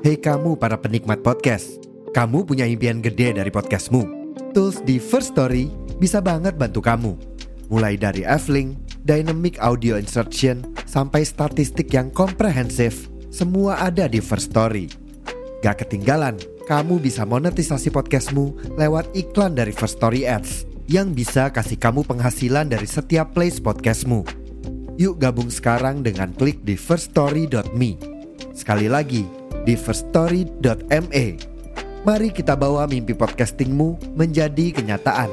Hei kamu para penikmat podcast, kamu punya impian gede dari podcastmu? Tools di First Story bisa banget bantu kamu. Mulai dari F-Link, Dynamic Audio Insertion, sampai statistik yang komprehensif, semua ada di First Story. Gak ketinggalan, kamu bisa monetisasi podcastmu lewat iklan dari First Story Ads yang bisa kasih kamu penghasilan dari setiap plays podcastmu. Yuk gabung sekarang dengan klik di firststory.me. Sekali lagi, di firststory.me. Mari kita bawa mimpi podcastingmu menjadi kenyataan.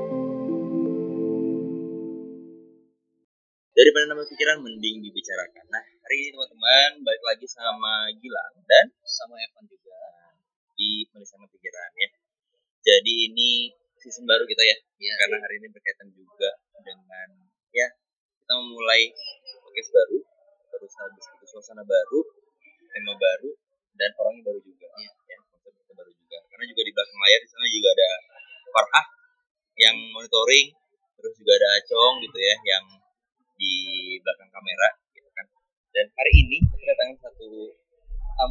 Daripada nambah pikiran, mending dibicarakan. Nah, hari ini teman-teman balik lagi sama Gilang dan sama Evan juga di Penulis Sama Pikiran ya. Jadi ini season baru kita ya, karena hari ini berkaitan juga dengan kita memulai podcast baru, terus habis itu suasana baru, tema baru, dan orangnya baru juga. Konsep kita baru juga. Karena juga di belakang layar di sana juga ada Farhah yang monitoring, terus juga ada Acong gitu ya yang di belakang kamera gitu kan. Dan hari ini kita kedatangan satu tamu.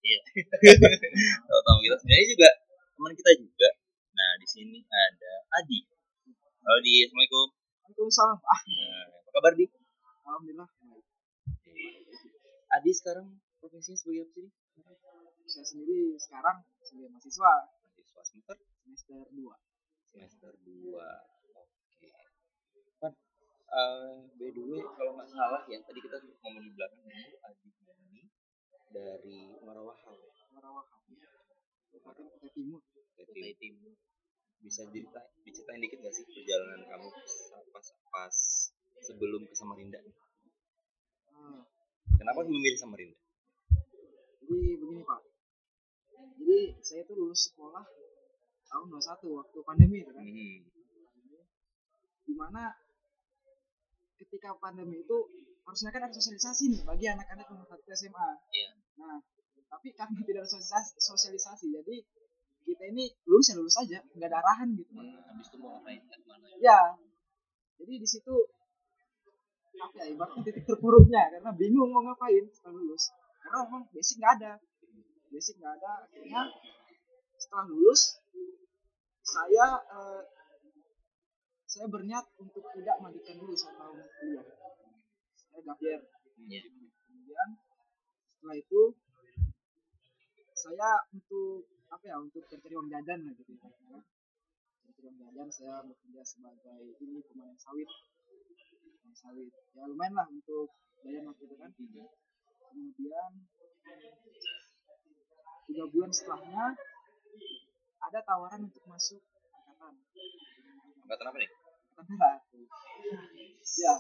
Tamu kita sebenarnya juga teman kita juga. Nah, di sini ada Adi. Halo Adi, Assalamualaikum. Waalaikumsalam. Apa kabar Di? Alhamdulillah. Adi sekarang profesinya sebagai apa sih? Saya sendiri sekarang sebagai mahasiswa Semester semester 2. Semester 2. Oke. Pan, by the way, kalau nggak salah ya, tadi kita ngomong di belakang itu Adi ini dari Marawaha. Kabupaten Kutai Timur. Kutai Timur. Bisa diceritain dikit nggak sih perjalanan kamu pas sebelum ke Samarinda? Kenapa memilih Samarinda? Jadi begini Pak. Jadi saya tuh lulus sekolah tahun 21 waktu pandemi itu kan. Dimana ketika pandemi itu harusnya kan ada sosialisasi nih bagi anak-anak yang mau ke SMA. Nah, tapi karena tidak ada sosialisasi, jadi kita ini lulus aja, nggak ada arahan gitu. Habis itu mau ngapain kan mana? Ya, jadi di situ ibaratnya titik terpuruknya karena bingung mau ngapain setelah lulus. Karena memang basic nggak ada. Akhirnya setelah lulus saya berniat untuk tidak melanjutkan dulu 1 tahun kuliah. Saya gap year. Kemudian setelah itu saya untuk mencari uang jajan lah gitu. Mencari uang jajan saya bekerja sebagai pemain sawit. Ya lumayan lah untuk jajan waktu itu kan. Kemudian 3 bulan setelahnya ada tawaran untuk masuk Angkatan apa nih? Angkatan Darat. Ya.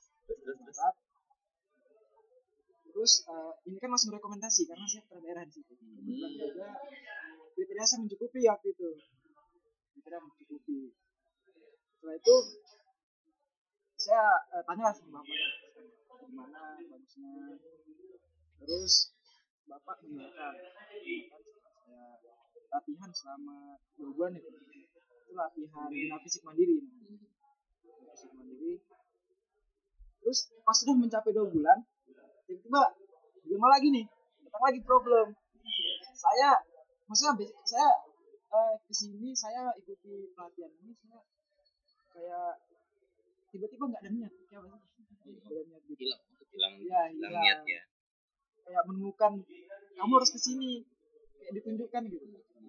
Terus ini kan langsung rekomendasi karena saya pernah daerah di situ. Kemudian juga kriteria saya mencukupi waktu itu. Setelah itu saya tanya sama bapak gimana bagusnya. Terus bapak menyarankan saya latihan selama 2 bulan itu latihan bina fisik mandiri. Terus pas sudah mencapai 2 bulan tiba-tiba gimana lagi nih, datang lagi problem. Saya kesini saya ikuti pelatihan ini, saya kayak tiba-tiba nggak ada niat. Hilang niat ya. Kayak menemukan kamu harus kesini, kayak ditunjukkan gitu.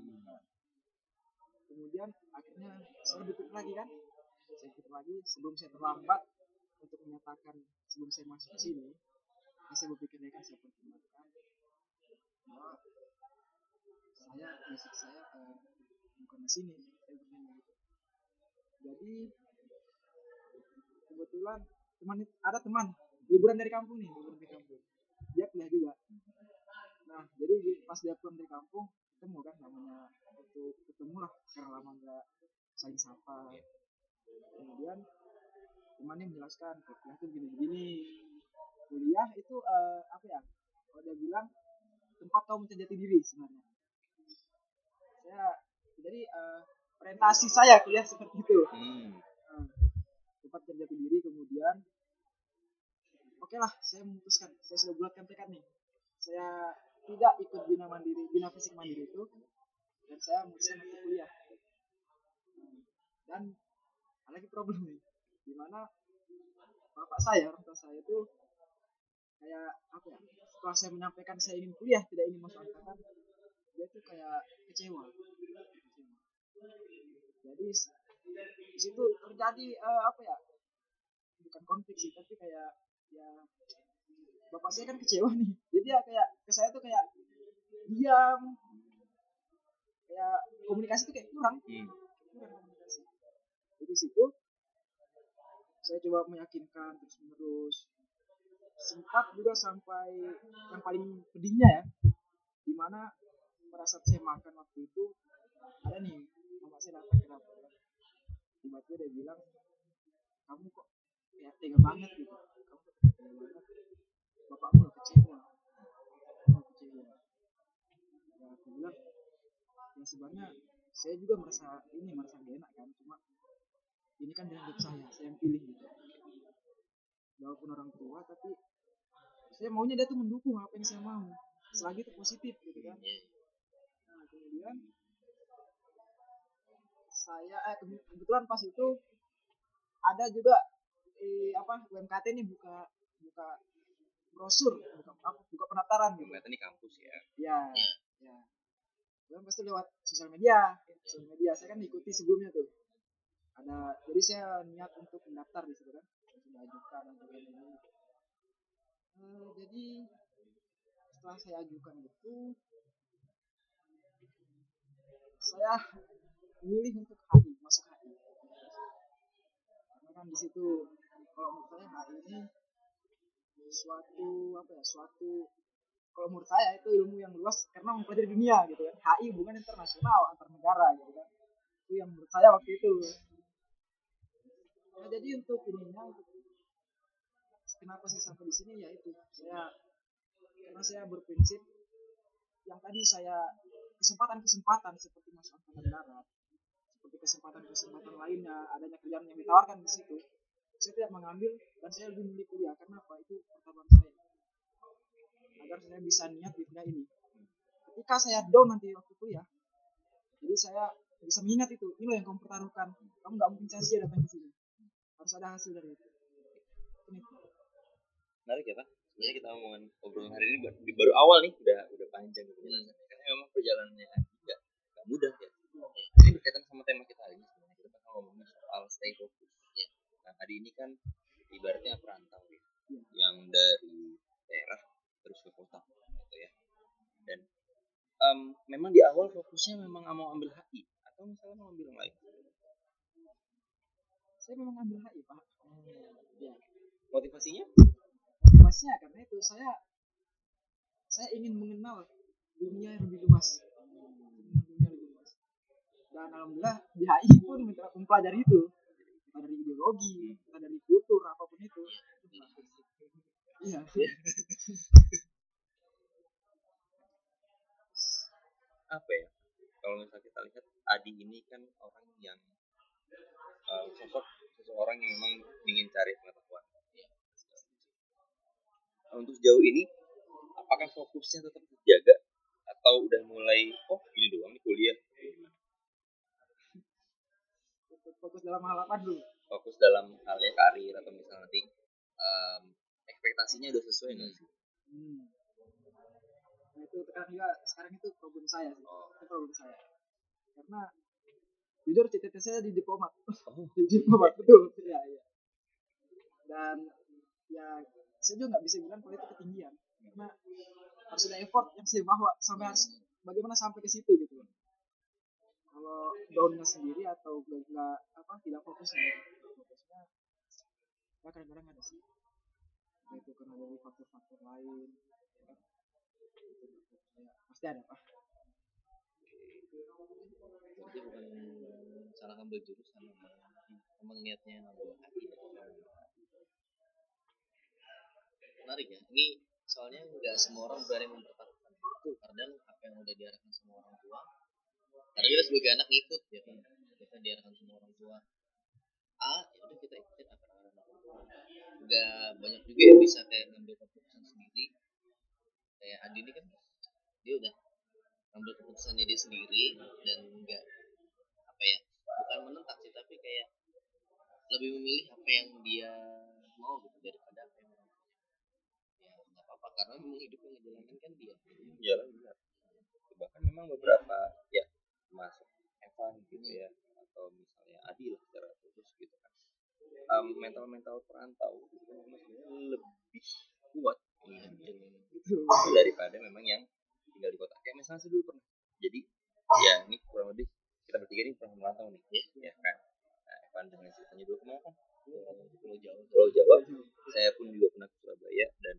Kemudian akhirnya saya berpikir lagi sebelum saya terlambat untuk menyatakan sebelum saya masuk ke sini. Saya berpikir saya pertimbangkan bahwa basic saya bukan di sini, saya berpikir gitu. Jadi kebetulan ada teman liburan dari kampung, dia kuliah juga. Nah, jadi pas dia pulang dari kampung ketemu kan, namanya untuk ketemu lah karena lama nggak saling sapa. Kemudian temannya menjelaskan kuliah tuh gini-gini. Kuliah itu kalau dia bilang tempat kau mencari jati diri sebenarnya. Jadi orientasi saya kuliah seperti itu. Tempat mencari jati diri. Kemudian oke lah, saya memutuskan, saya sudah bulatkan tekad nih. Saya tidak ikut bina fisik mandiri itu, dan saya memutuskan untuk kuliah. Dan ada lagi problem nih, dimana bapak saya, orang tua saya itu kayak apa ya, setelah saya menyampaikan saya ingin kuliah, tidak ingin masuk angkatan, dia tuh kayak kecewa. Jadi di situ terjadi apa ya, bukan konflik sih, tapi kayak ya bapak saya kan kecewa nih, jadi dia kayak ke saya tuh kayak diam, kayak komunikasi tuh kayak kurang komunikasi. Jadi situ saya coba meyakinkan terus menerus, sempat juga sampai yang paling pedihnya ya, dimana pada saat saya makan waktu itu ada nih mama saya datang ke dapur, tiba-tiba dia bilang, kamu kok kayak tega banget gitu, kamu kok kayak tega banget, bapakmu udah kecewa. Ya aku bilang, ya sebenarnya saya juga merasa gak enak kan, cuma ini kan jalan hidup saya yang pilih gitu, walaupun orang tua, tapi saya maunya dia tuh mendukung apa yang saya mau, selagi itu positif gitu kan. Nah kemudian saya kebetulan pas itu ada juga UMKT nih buka brosur, buka pendaftaran gitu. UMKT ini kampus ya. Ya. Dan pasti lewat sosial media. Saya kan ikuti sebelumnya tuh. Jadi saya niat untuk mendaftar di situ kan, sudah ajukan ini. Jadi setelah saya ajukan itu, saya memilih untuk masuk HI. Karena kan di situ kalau menurut saya HI ini suatu kalau menurut saya itu ilmu yang luas karena mempelajari dunia gitu kan. HI hubungan internasional antar negara gitu kan. Itu yang menurut saya waktu itu. Nah, jadi untuk ininya, kenapa saya sampai di sini, yaitu karena saya berprinsip yang tadi saya kesempatan seperti masuk angkatan darat, seperti kesempatan lainnya, adanya kerjaan yang ditawarkan di situ, saya tidak mengambil dan saya lebih memilih kuliah. Karena apa? Itu pertaruhan saya agar saya bisa niat di kuliah ini. Ketika saya down nanti waktu kuliah, jadi saya bisa mengingat itu, ini loh yang kamu pertaruhkan, kamu nggak mungkin sia-sia datang di sini, harus ada hasil dari itu. Ini menarik ya Pak. Sebenarnya kita ngomongin obrolan hari ini baru awal nih, udah panjang gitu. Karena memang perjalanannya nggak mudah ya. Ini berkaitan sama tema kita hari ini. Sebenarnya kita bakal ngomongin soal stay focus ya. Nah hari ini kan ibaratnya perantau ya, yang dari daerah terus ke kota gitu ya. Dan memang di awal fokusnya memang mau ambil HI atau misalnya mau ambil yang lain? Saya memang ambil HI Pak. Ya. Motivasinya karena itu saya ingin mengenal dunia yang lebih luas. Dan alhamdulillah di HI pun mempelajari itu, entah dari ideologi, entah dari kultur, apapun itu. Iya. Apa ya? Kalau misalnya kita lihat Adi ini kan orang yang sosok seseorang yang memang ingin cari pengetahuan. Untuk sejauh ini, apakah fokusnya tetap terjaga atau udah mulai ini doang nih kuliah? Fokus dalam hal apa dulu? Fokus dalam halnya karir atau misalnya nanti ekspektasinya udah sesuai nggak sih? Nah itu sekarang itu problem saya sih. Itu problem saya. Karena jujur cita-cita saya di diplomat. Di diplomat betul. Iya. Dan ya saya juga nggak bisa bilang kalau itu ketinggian. Karena harus ada effort yang saya bawa sampai harus bagaimana sampai ke situ gitu. Kalau downnya sendiri atau tidak fokusnya ya kadang-kadang ada sih, itu karena dari faktor-faktor lain ya. Pasti ada Pak. Berarti bukan salah ngambil jurusan, memang niatnya ngambil HI. Menarik ya, ini soalnya nggak semua orang berani mempertaruhkan itu, karena apa yang udah diarahkan sama orang tua. Karena kita sebagai anak ikut ya kan, kita diarahkan sama orang tua ya udah kita ikutin apa yang orang tua. Nggak banyak juga yang bisa kayak ngambil keputusan sendiri. Kayak Adi ini kan dia udah ngambil keputusannya dia sendiri dan enggak apa ya, bukan menentang sih tapi kayak lebih memilih apa yang dia mau gitu daripada apa yang ya nggak apa-apa karena memang hidup yang ngejalanin kan dia. Iya lah, benar. Bahkan memang beberapa ya termasuk Evan gitu ya, atau misalnya Adi lah secara khusus gitu kan, mental perantau itu kan memang sebenarnya lebih kuat daripada memang yang tinggal di kota. Kayak misalnya saya dulu pernah, jadi ya ini kurang lebih kita bertiga ini pernah merantau nih ya kan. Nah, Evan dengan ceritanya dulu kemana kan, Pulau Jawa. Saya pun juga pernah ke Surabaya dan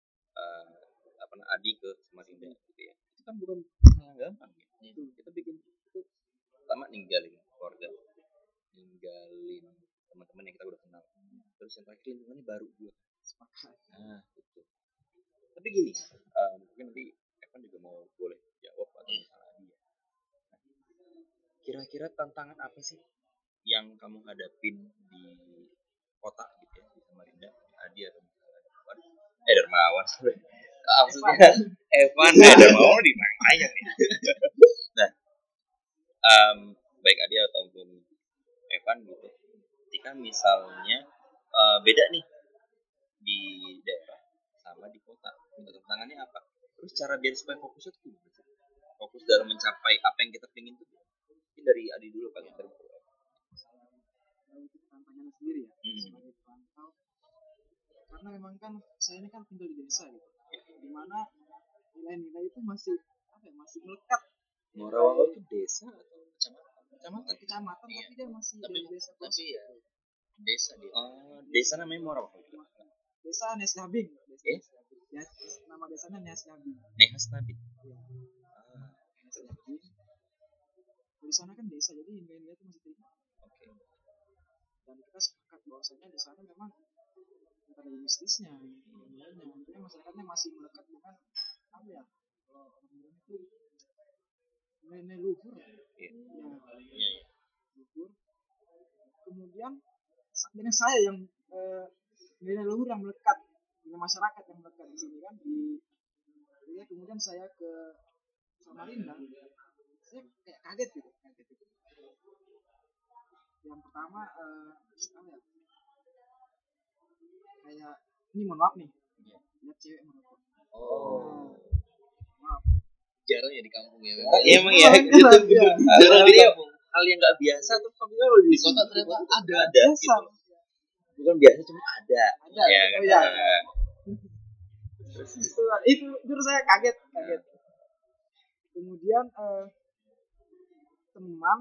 Adi ke Samarinda gitu ya. Itu kan bukan hal yang gampang ya. Kita bikin itu pertama ninggalin keluarga, ninggalin teman-teman yang kita udah kenal, terus yang terakhir lingkungannya baru juga. Nah gitu. Tapi gini, mungkin nanti Evan juga mau boleh jawab atau misalnya Adi ya. Kira-kira tantangan apa sih yang kamu hadapin di kota gitu ya, di Samarinda, Adi atau misalnya Dermawan maksudnya Evan Dermawan di mana aja nih. Nah, baik Adi ataupun Evan gitu, ketika misalnya beda nih di daerah sama di kota, tantangannya apa? Terus cara biar supaya fokus itu gimana sih? Fokus dalam mencapai apa yang kita pengen tuh. Mungkin dari Adi dulu kali ya. Untuk tantangannya sendiri ya sebagai perantau, karena memang kan saya ini kan tinggal di desa gitu, dimana nilai-nilai itu masih masih melekat. Morawang itu desa atau kecamatan tapi dia masih Tapi dari desa tapi ya desa dia. Desa namanya Morawang. Desa Nesnabing. Ya, nama desanya Nesnabing. Nehas Nabi. Ya. Nesnabing. Di sana kan desa, jadi nilai-nilai itu masih tinggi. Oke. Dan kita sepakat bahwasanya di sana memang bukan ada mistisnya, nilainya. Intinya masyarakatnya masih melekat dengan apa ya? Kalau orang bilang itu nilai luhur. Iya. Luhur. Kemudian dengan saya yang nilai luhur yang melekat dengan masyarakat yang melekat di sini kan kemudian saya ke Samarinda, saya kayak kaget gitu. Yang pertama kayak ini mohon maaf nih, lihat cewek merokok. Maaf. Jarang ya di kampung ya. Emang ya. Itu hal yang nggak biasa tuh kalau Di kota ternyata ada gitu. Bukan biasa, cuma ada. Ya, Oh iya. Itu saya kaget. Kemudian teman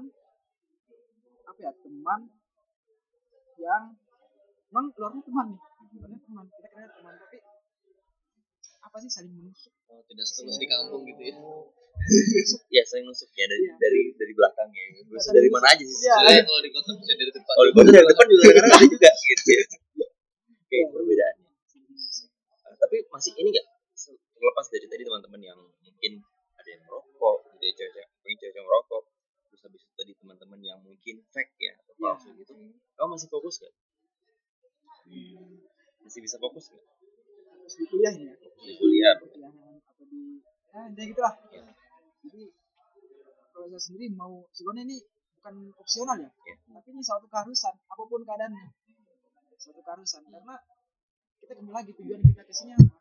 yang non luarnya teman nih, kita kira teman tapi apa sih saling menusuk. Tidak setulus di kampung gitu ya. Ya saling nusuk ya dari belakang ya. Bisa dari mana aja sih. Kalau di kota bisa dari depan. Kalau di kota dari depan juga kadang ada juga gitu ya. Oke, perbedaannya. Tapi masih ini nggak, terlepas dari tadi teman-teman yang mungkin ada yang merokok gitu ya, cewek merokok, terus habis itu tadi teman-teman yang mungkin fake ya atau palsu gitu, kamu masih fokus nggak? Masih bisa fokus nggak? Terus di kuliah ya, Di kuliah atau di intinya gitulah. Jadi kalau saya sendiri mau, sebenarnya ini bukan opsional ya, tapi ini suatu keharusan apapun keadaannya, suatu keharusan karena kita kembali lagi tujuan kita kesini apa.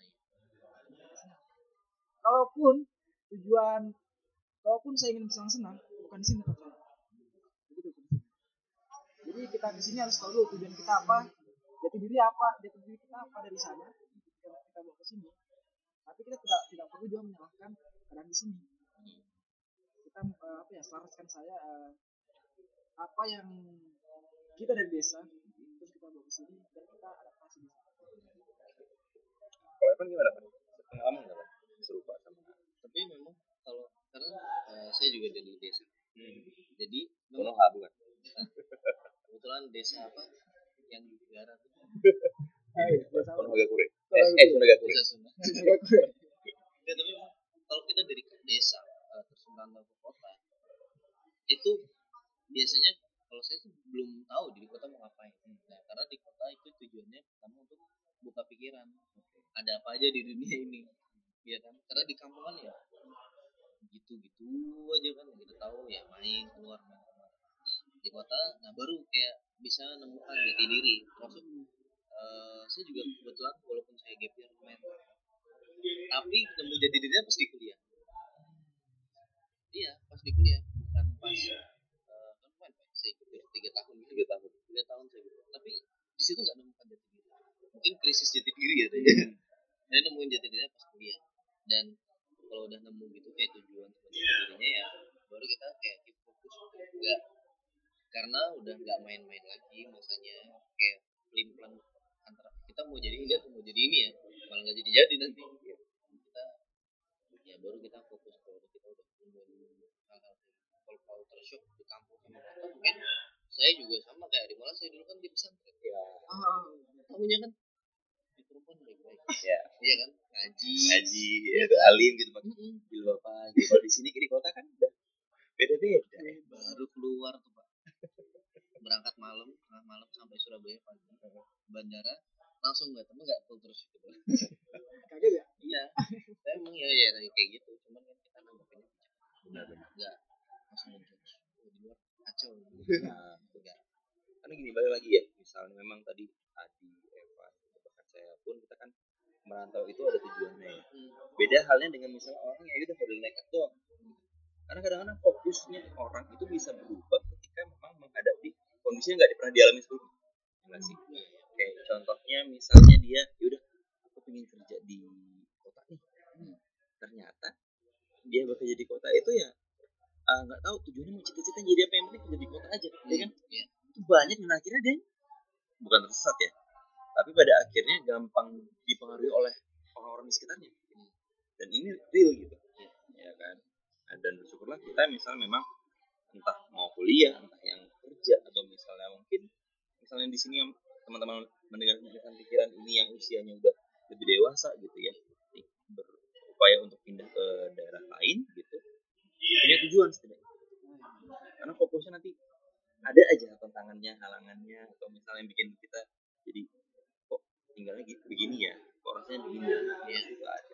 Kalaupun saya ingin senang-senang, bukan di sini tempat saya. Begitu. Jadi kita kesini harus tahu dulu tujuan kita apa, jati diri kita apa dari sana. Kita bawa ke sini. Tapi kita tidak perlu juga menyalahkan keadaan di sini. Kita selaraskan saya apa yang kita dari desa, terus kita bawa ke sini dan kita adaptasi di sana. Kalau Evan gimana Pak? Pengalaman nggak Pak? Serupa sama. Tapi memang kalau karena saya juga dari desa. Jadi Konoha bukan? Kebetulan desa apa yang di negara tuh. Konogakure. Sunagakure. Desa Sunda. Ya, tapi memang kalau kita dari desa terus merantau ke kota, itu biasanya kalau saya sih belum tahu di kota mau ngapain. Nah, karena di kota itu tujuannya pertama untuk buka pikiran. Ada apa aja di dunia ini. Ya kan? Karena di kampung kan ya gitu aja kan, kita tahu ya main keluar di kota. Nah baru kayak bisa nemukan jati diri. Termasuk saya juga kebetulan walaupun saya gap year main, tapi nemu jati dirinya pas di kuliah. Iya pas di kuliah, bukan pas kan main saya ikut 3 tahun saya ikut. Tapi di situ nggak nemukan jati diri, mungkin krisis jati diri ya tadi. Saya nemuin jati dirinya pas kuliah, dan kalau udah nemu gitu kayak tujuan jati dirinya ya baru kita kayak keep fokus, enggak, karena udah nggak main-main lagi masanya, kayak pelin-pelan antara kita mau jadi ini atau mau jadi ini ya, malah nggak jadi nanti kita ya baru kita fokus kalau kita udah nemuin hal-hal kalau tershock di kampung sama kota. Mungkin saya juga sama kayak di malah saya dulu kan di pesantren ya, tahunya kan di perempuan baik-baik Ya. iya kan, ngaji ya itu alim gitu pak. Bapak gitu. Kalau di sini di kota kan udah beda-beda. Baru keluar tuh pak, berangkat tengah malam sampai Surabaya pagi, bandara langsung nggak kultur shock gitu. Kaget ya? Iya, saya emang ya kayak gitu, cuman kan kita nanggapinnya benar-benar nggak langsung menjudge di luar kacau. Nah, Enggak. karena gini balik lagi ya, misalnya memang tadi Adi, Eva, bahkan saya pun kita kan merantau itu ada tujuannya ya. Beda halnya dengan misalnya orang yang udah modal nekat doang. Karena kadang-kadang fokusnya orang itu bisa berubah ketika memang menghadapi kondisi yang nggak pernah dialami sebelumnya. Enggak sih? Kayak contohnya misalnya dia, yaudah aku pengen kerja di kota nih. Ternyata dia bekerja di kota itu ya nggak tahu tujuannya mau cita-cita jadi apa, yang penting kerja di kota aja, ya kan? Iya. Itu banyak dan akhirnya dia bukan tersesat ya, tapi pada akhirnya gampang dipengaruhi oleh orang-orang di sekitarnya. Dan ini real gitu, ya kan? Nah, dan bersyukurlah kita misalnya memang entah mau kuliah, entah yang kerja, atau misalnya mungkin misalnya di sini yang teman-teman mendengarkan pikiran ini yang usianya udah lebih dewasa gitu ya, berupaya untuk pindah ke daerah lain gitu, punya tujuan setidaknya. Karena fokusnya nanti ada aja tantangannya, halangannya, atau misalnya yang bikin kita jadi kok tinggal lagi begini ya, kok rasanya begini ya, itu ada.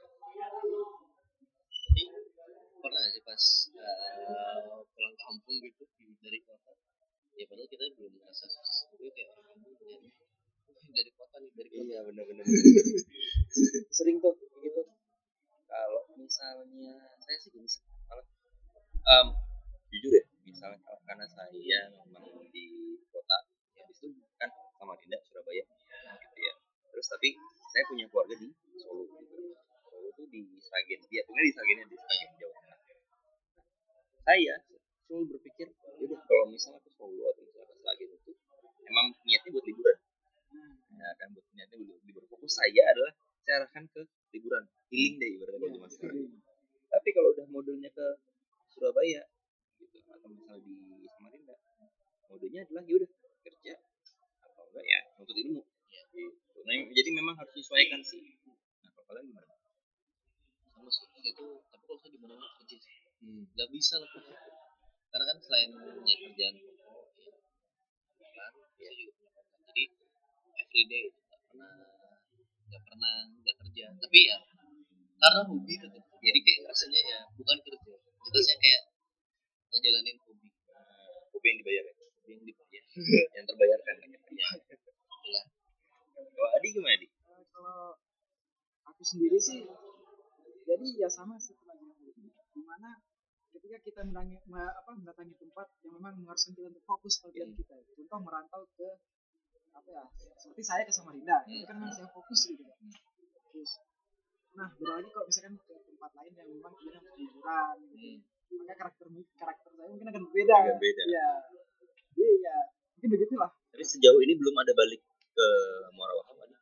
Tapi pernah nggak sih pas pulang kampung gitu dari kota, ya padahal kita belum merasa sesuatu kayak orang kampung ya, dari kota nih, dari kota. Iya benar-benar. Sering tuh gitu. Kalau misalnya saya sih gini sih, malah jujur ya, misalnya karena saya memang di kota, ya di situ kan Samarinda, Surabaya, gitu ya. Terus tapi saya punya keluarga di Solo gitu. Solo tuh di Sragen, dia punya di Sragen, Jawa Tengah. Saya selalu berpikir, yaudah kalau misalnya ke Solo atau misalnya ke Sragen itu emang niatnya buat liburan. Ya kan, buat niatnya buat liburan. Fokus saya adalah saya arahkan ke liburan, healing deh ibaratnya kalau zaman sekarang. Tapi kalau udah modelnya ke Surabaya gitu, atau misalnya di Samarinda, modenya adalah yaudah kerja atau enggak ya nuntut ilmu gitu. Nah, jadi memang harus disesuaikan sih. Nah kalau kalian gimana? Sama sih itu, tapi kalau saya di mana kerja sih nggak bisa lah, karena kan selain punya kerjaan pokok ya kan, saya juga punya konten, jadi everyday nggak pernah nggak kerja, tapi ya karena hobi tetap, jadi kayak rasanya ya bukan kerja, itu saya kayak ngejalanin hobi. Hobi yang dibayar ya? Hobi yang dibayar. Yang terbayarkan kan ya? Itulah. Kalau Adi gimana Adi? Kalau aku sendiri sih, jadi ya sama seperti dimana ketika kita mendatangi tempat yang memang mengharuskan kita untuk fokus pada kita, contoh merantau ke apa ya, seperti saya ke Samarinda, itu kan memang saya fokus gitu kan. Terus, nah berarti kalau misalkan ke tempat lain yang memang kita harus liburan, maka karakter saya mungkin akan berbeda. Ya, jadi ya mungkin begitulah. Tapi sejauh ini belum ada balik ke Muara Wahab Adi?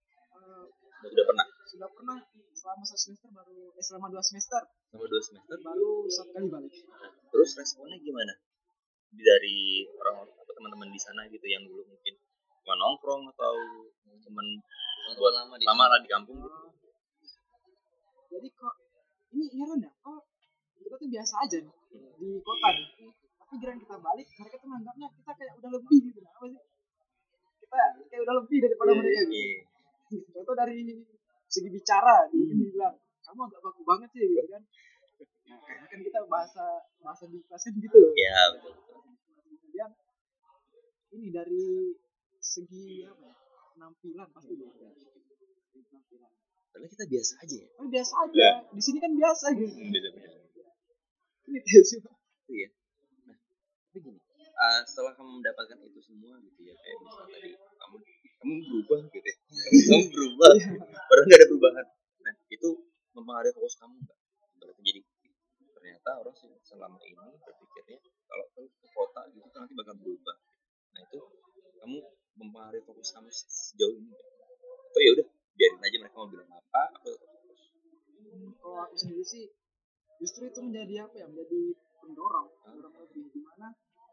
Sudah pernah selama 1 semester selama 2 semester. Selama 2 semester baru 1 kali balik. Terus responnya gimana dari orang atau teman-teman di sana gitu yang dulu mungkin cuma nongkrong atau teman lama lah di kampung gitu? Jadi kok ini heran ya, kok kita tuh biasa aja nih di kota nih, tapi giliran kita balik mereka tuh menganggapnya kita kayak udah lebih gitu. Apa sih, kita kayak udah lebih daripada mereka gitu. Contoh dari segi bicara, mungkin dibilang kamu agak baku banget sih gitu kan. Nah, karena kan kita bahasa di kelas kan gitu. Ya betul. Kemudian ini dari segi apa ya, penampilan pasti beda. Dari penampilan. Karena kita biasa aja ya. Oh, biasa aja. Di sini kan biasa gitu. Beda-beda. Ini biasa. Itu ya. Nah, tapi gini, setelah kamu mendapatkan itu semua gitu ya, kayak misalnya tadi kamu berubah gitu ya. Kamu berubah. Padahal nggak ada perubahan. Nah, itu mempengaruhi fokus kamu nggak? Berarti jadi ternyata orang selama ini berpikirnya kalau ke kota gitu kan nanti bakal berubah. Nah itu kamu mempengaruhi fokus kamu sejauh ini nggak? Atau ya udah biarin aja mereka mau bilang apa, aku tetap fokus. Kalau aku sendiri sih justru itu menjadi apa ya, menjadi pendorong lebih, dimana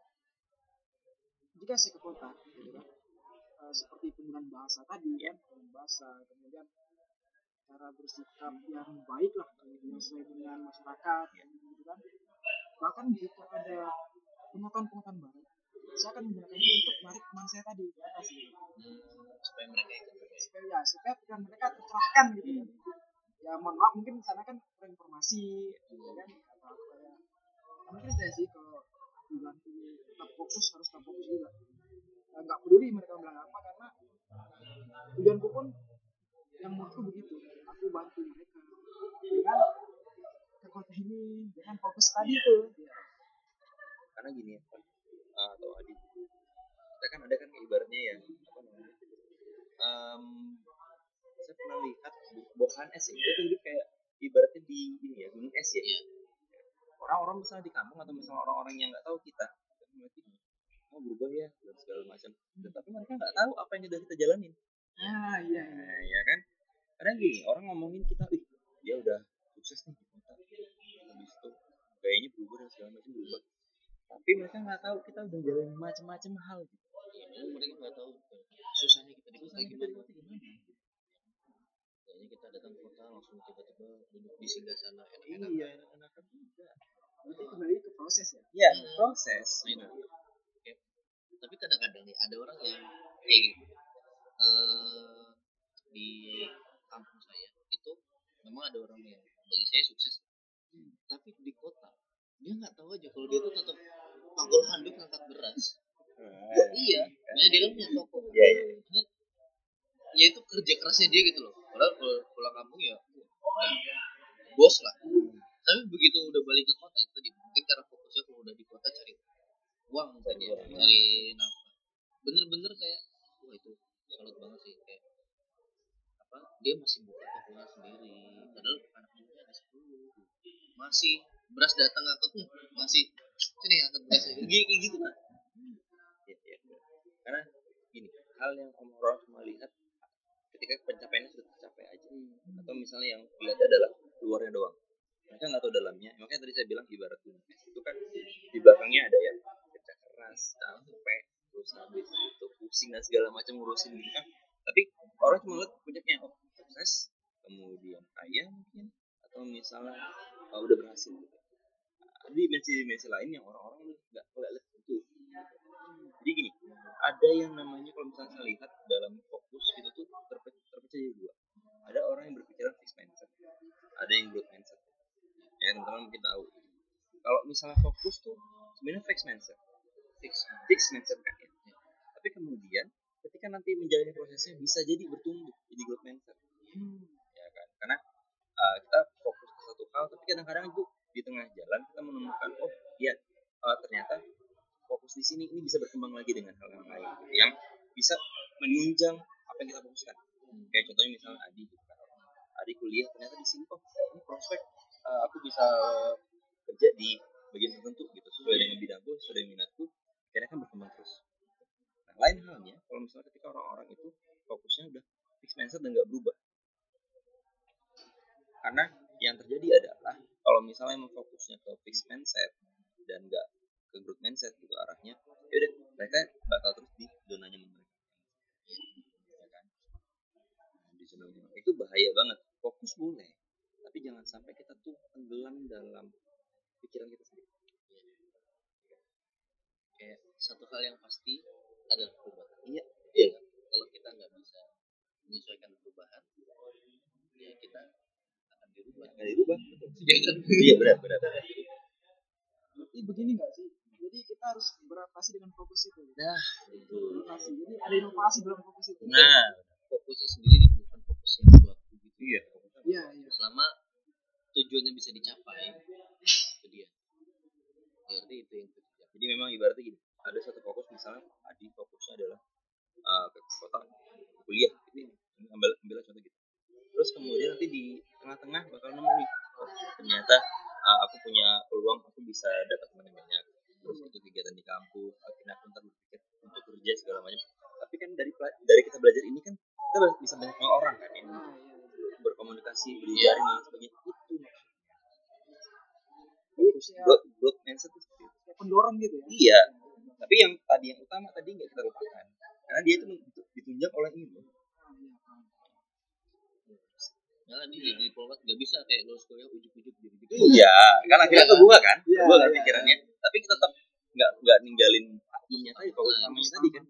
jika saya ke kota gitu kan, seperti penggunaan bahasa tadi kan, penggunaan bahasa, kemudian cara bersikap yang baik lah yang sesuai dengan masyarakat gitu kan. Bahkan jika ada pengetahuan baru, saya akan menggunakan itu untuk menarik teman saya tadi ke atas gitu. Supaya mereka ikut Supaya pikiran mereka tercerahkan gitu kan. Ya mohon maaf mungkin di sana kan kurang informasi ya kan, atau apa ya. Nah, mungkin saya sih kalau dibantu tetap fokus, harus tetap fokus juga. Nggak peduli mereka bilang apa, karena tujuanku pun yang menurutku begitu, aku bantu mereka dengan ke kota ini dengan fokus tadi tuh. Karena gini ya Pak, atau Adi, kita kan ada kan ibaratnya yang apa namanya, saya pernah lihat bohan es ya, itu hidup kayak ibaratnya di ini ya, gunung es ya. Orang-orang misalnya di kampung atau misalnya orang-orang yang nggak tahu kita mau berubah ya dan segala macam, tapi mereka nggak tahu apa yang sudah kita jalanin. Iya. Nah, ya kan, kadang gini orang ngomongin kita, dia udah sukses nih di kota, habis itu kayaknya berubah dan segala macam berubah, tapi mereka nggak tahu kita udah jalanin macam-macam hal gitu. mereka nggak tahu susahnya kita di kota gimana. Kayaknya kita datang ke kota langsung tiba-tiba duduk di singgah sana enak-enak. Iya, enak-enak juga. Berarti kembali ke proses ya. Iya, proses. Nah, tapi kadang-kadang nih ada orang yang kayak gini. Di kampung saya itu memang ada orang yang bagi saya sukses, tapi di kota dia nggak tahu aja kalau dia tuh tetap panggul handuk ngangkat beras. Iya, makanya dia kan punya toko. Iya. Ya itu kerja kerasnya dia gitu loh. Padahal kalau pulang kampung ya udah bos lah. Tapi begitu udah balik ke kota itu tadi, mungkin karena fokusnya kalau udah di kota cari uang tadi ya, cari nafkah. Bener-bener kayak wah itu salut banget sih, kayak apa dia masih buka tokonya sendiri, padahal anak buahnya ada 10, masih beras datang angkotnya masih sini angkat beras gitu kan. Ya. Karena gini, hal yang orang cuma lihat ketika pencapaiannya sudah tercapai aja, atau misalnya yang dilihat adalah luarnya doang, mereka nggak tahu dalamnya. Makanya tadi saya bilang ibarat gunung es itu kan di belakangnya ada yang kerja keras, capek, terus habis itu pusing dan segala macam ngurusin gitu kan. Tapi orang cuma lihat puncaknya, sukses, kemudian kaya mungkin, atau misalnya udah berhasil gitu. Ada dimensi lain yang orang-orang nggak lihat itu. Jadi gini, ada yang namanya kalau misalnya saya lihat dalam fokus itu tuh terpecah jadi dua. Ada orang yang berpikiran fixed mindset, ada yang growth mindset. Ya teman-teman mungkin tahu. Kalau misalnya fokus tuh sebenarnya fixed mindset kan ya. Tapi kemudian ketika nanti menjalani prosesnya bisa jadi bertumbuh jadi growth mindset. Ya kan? Karena kita fokus ke satu hal, tapi kadang-kadang itu di tengah jalan kita menemukan ternyata fokus di sini ini bisa berkembang lagi dengan hal yang lain gitu, yang bisa menunjang apa yang kita fokuskan. Kayak contohnya misalnya Adi gitu kan, Adi kuliah ternyata di sini ini prospek aku bisa kerja di bagian tertentu gitu sesuai dengan bidangku, sesuai dengan minatku, akhirnya kan berkembang terus. Nah lain halnya kalau misalnya ketika orang-orang itu fokusnya udah fixed mindset dan nggak berubah, karena yang terjadi adalah kalau misalnya emang fokusnya ke fixed mindset dan nggak ke growth mindset gitu arahnya, ya udah mereka bakal terus di zona nyaman mereka, ya kan? Di zona nyaman itu bahaya banget. Fokus boleh, tapi jangan sampai kita tuh tenggelam dalam pikiran kita sendiri. Kayak satu hal yang pasti ada perubahan. Iya. Kalau kita nggak bisa menyesuaikan perubahan, ya kita akan dirubah. Iya benar. berarti begini nggak sih? Jadi kita harus beradaptasi dengan fokus itu. Nah, itu. Inovasi. Jadi ada inovasi dalam fokus itu. Nah, Fokusnya sendiri bukan fokus yang suatu gitu. iya. Iya, iya. Selama tujuannya bisa dicapai, itu dia. Berarti itu yang terjadi. Jadi memang ibaratnya gini, ada satu fokus misalnya Adi fokusnya adalah ke kota kuliah gitu. Ini ambil contoh gitu. Terus kemudian nanti di tengah-tengah bakal nemu nih, oh, ternyata aku punya peluang, aku bisa dapat teman yang banyak. Terus ikut kegiatan di kampus, akhirnya aku ntar berpikir untuk kerja segala macam. Tapi kan dari kita belajar ini kan kita bisa banyak sama orang kan ya, berkomunikasi, berjaring dan sebagainya. Itu maksudnya growth mindset itu seperti itu. Kayak pendorong gitu ya. Iya, tapi yang utama tadi nggak kita lupakan, karena dia itu ditunjang oleh ini. Malah dia jadi diplomat nggak bisa kayak lulus kuliah ujuk-ujuk jadi gitu. Iya, kan akhirnya kebuka kan, Iya, kebuka kan iya. pikirannya. Tapi kita tetap nggak ninggalin hatinya tadi, fokus utamanya tadi kan.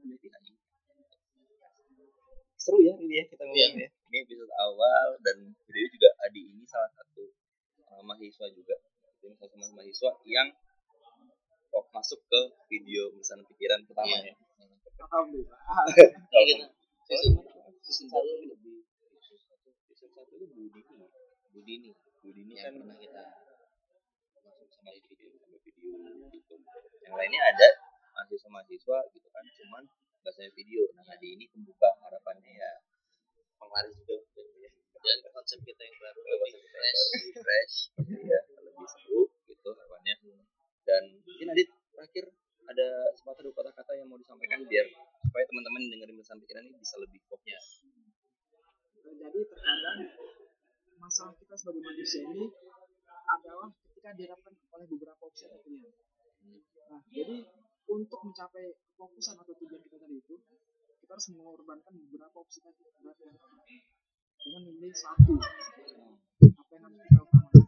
Seru ya ini ya kita ngomong ya. Ini episode awal dan video juga Adi ini salah satu mahasiswa juga. Ini salah satu mahasiswa yang masuk ke video Pemesanan Pikiran pertama ya. Alhamdulillah. Kita season baru lebih Season 1 itu Budini yang kan pernah kita masuk sama video gitu. Yang lainnya ada mahasiswa gitu kan, cuman nggak sampai video. Nah Adi ini pembuka, harapannya ya penglaris juga ya. dan konsep kita yang baru lebih fresh ya, lebih seru gitu harapannya. Dan mungkin Adit terakhir ada sepatah dua kata-kata yang mau disampaikan biar supaya teman-teman dengerin Pemesanan Pikiran ini bisa lebih fokus. Jadi terkadang masalah kita sebagai manusia ini adalah ketika dihadapkan oleh beberapa opsi atau pilihan. Nah, jadi untuk mencapai kefokusan atau tujuan kita tadi itu, kita harus mengorbankan beberapa opsi tadi dengan memilih satu apa yang harus kita utamakan.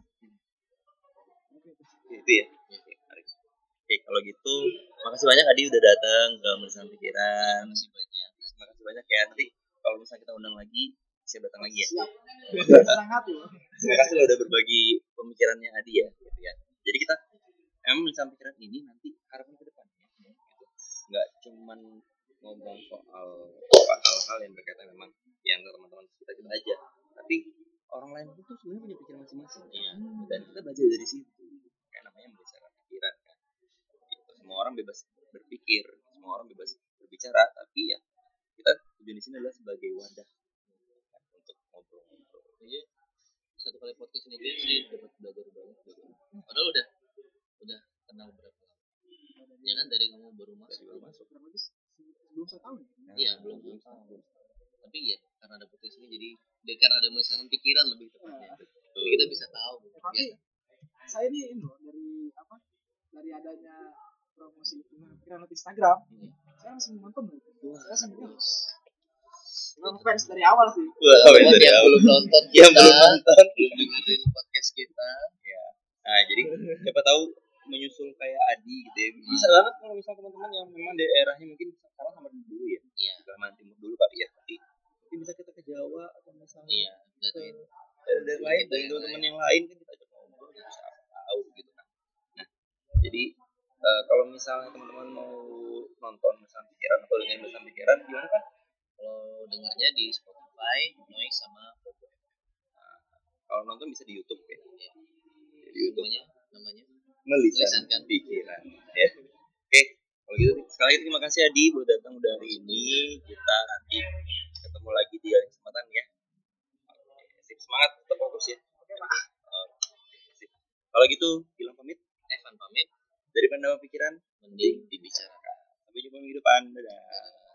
Itu ya. Oke, kalau gitu makasih banyak Adi udah datang ke Pemesanan Pikiran. Makasih banyak ya. Nanti kalau misalnya kita undang lagi, siap datang lagi ya. Siap. Senang hati loh. Terima kasih lo udah berbagi pemikirannya Adi ya, gitu ya. Jadi kita emang Pemesanan Pikiran ini nanti harapan ke depan ya. Gitu. Nggak cuman ngomong soal hal-hal yang berkaitan memang yang teman-teman kita aja, tapi orang lain itu sebenarnya punya pikiran masing-masing ya. Dan kita belajar dari situ. Kayak namanya membicarakan pikiran kan. Gitu. Semua orang bebas berpikir, semua orang bebas berbicara, tapi ya kita tujuan di sini adalah sebagai wadah untuk ngobrol-ngobrol. Jadi satu kali podcast ini aja sih dapat belajar banyak gitu. Padahal udah kenal berapa lama? Ya kan dari kamu baru masuk. Belum setahun. Iya belum setahun. Tapi ya karena ada podcast ini jadi karena ada Pemesanan Pikiran lebih tepatnya. Jadi kita bisa tahu. Tapi saya ini loh dari adanya promosi pikiran di Instagram, saya langsung nonton loh. Saya langsung fans dari awal sih. Wah, Buat yang belum nonton yang belum nonton, belum dengerin podcast kita. ya. Nah, jadi siapa tahu menyusul kayak Adi gitu ya. Bisa banget kalau misalnya teman-teman yang memang daerahnya mungkin sekarang sama dulu ya. Iya. Kalimantan Timur dulu kali ya. Nanti mungkin bisa kita ke Jawa atau misalnya Iya. dari lain dari teman-teman yang lain kan kita ajak ngobrol bisa tahu gitu kan. Nah, jadi kalau misalnya teman-teman mau nonton Pemesanan Pikiran atau dengerin Pemesanan Pikiran gimana kan? Kalau dengarnya di Spotify, Noise sama Pogo. Nah, kalau nonton bisa di YouTube ya. Ya. Di YouTube Namanya Melisankan Pikiran ya. Oke, kalau gitu sekali lagi terima kasih Adi buat datang udah hari ini. Kita nanti ketemu lagi di lain kesempatan ya. Sip, semangat, tetap fokus ya. Oke, Pak. Sip. Kalau gitu Gilang pamit, Evan pamit. dari Pandangan Pikiran Mending dibicarakan. sampai jumpa minggu depan. Dadah.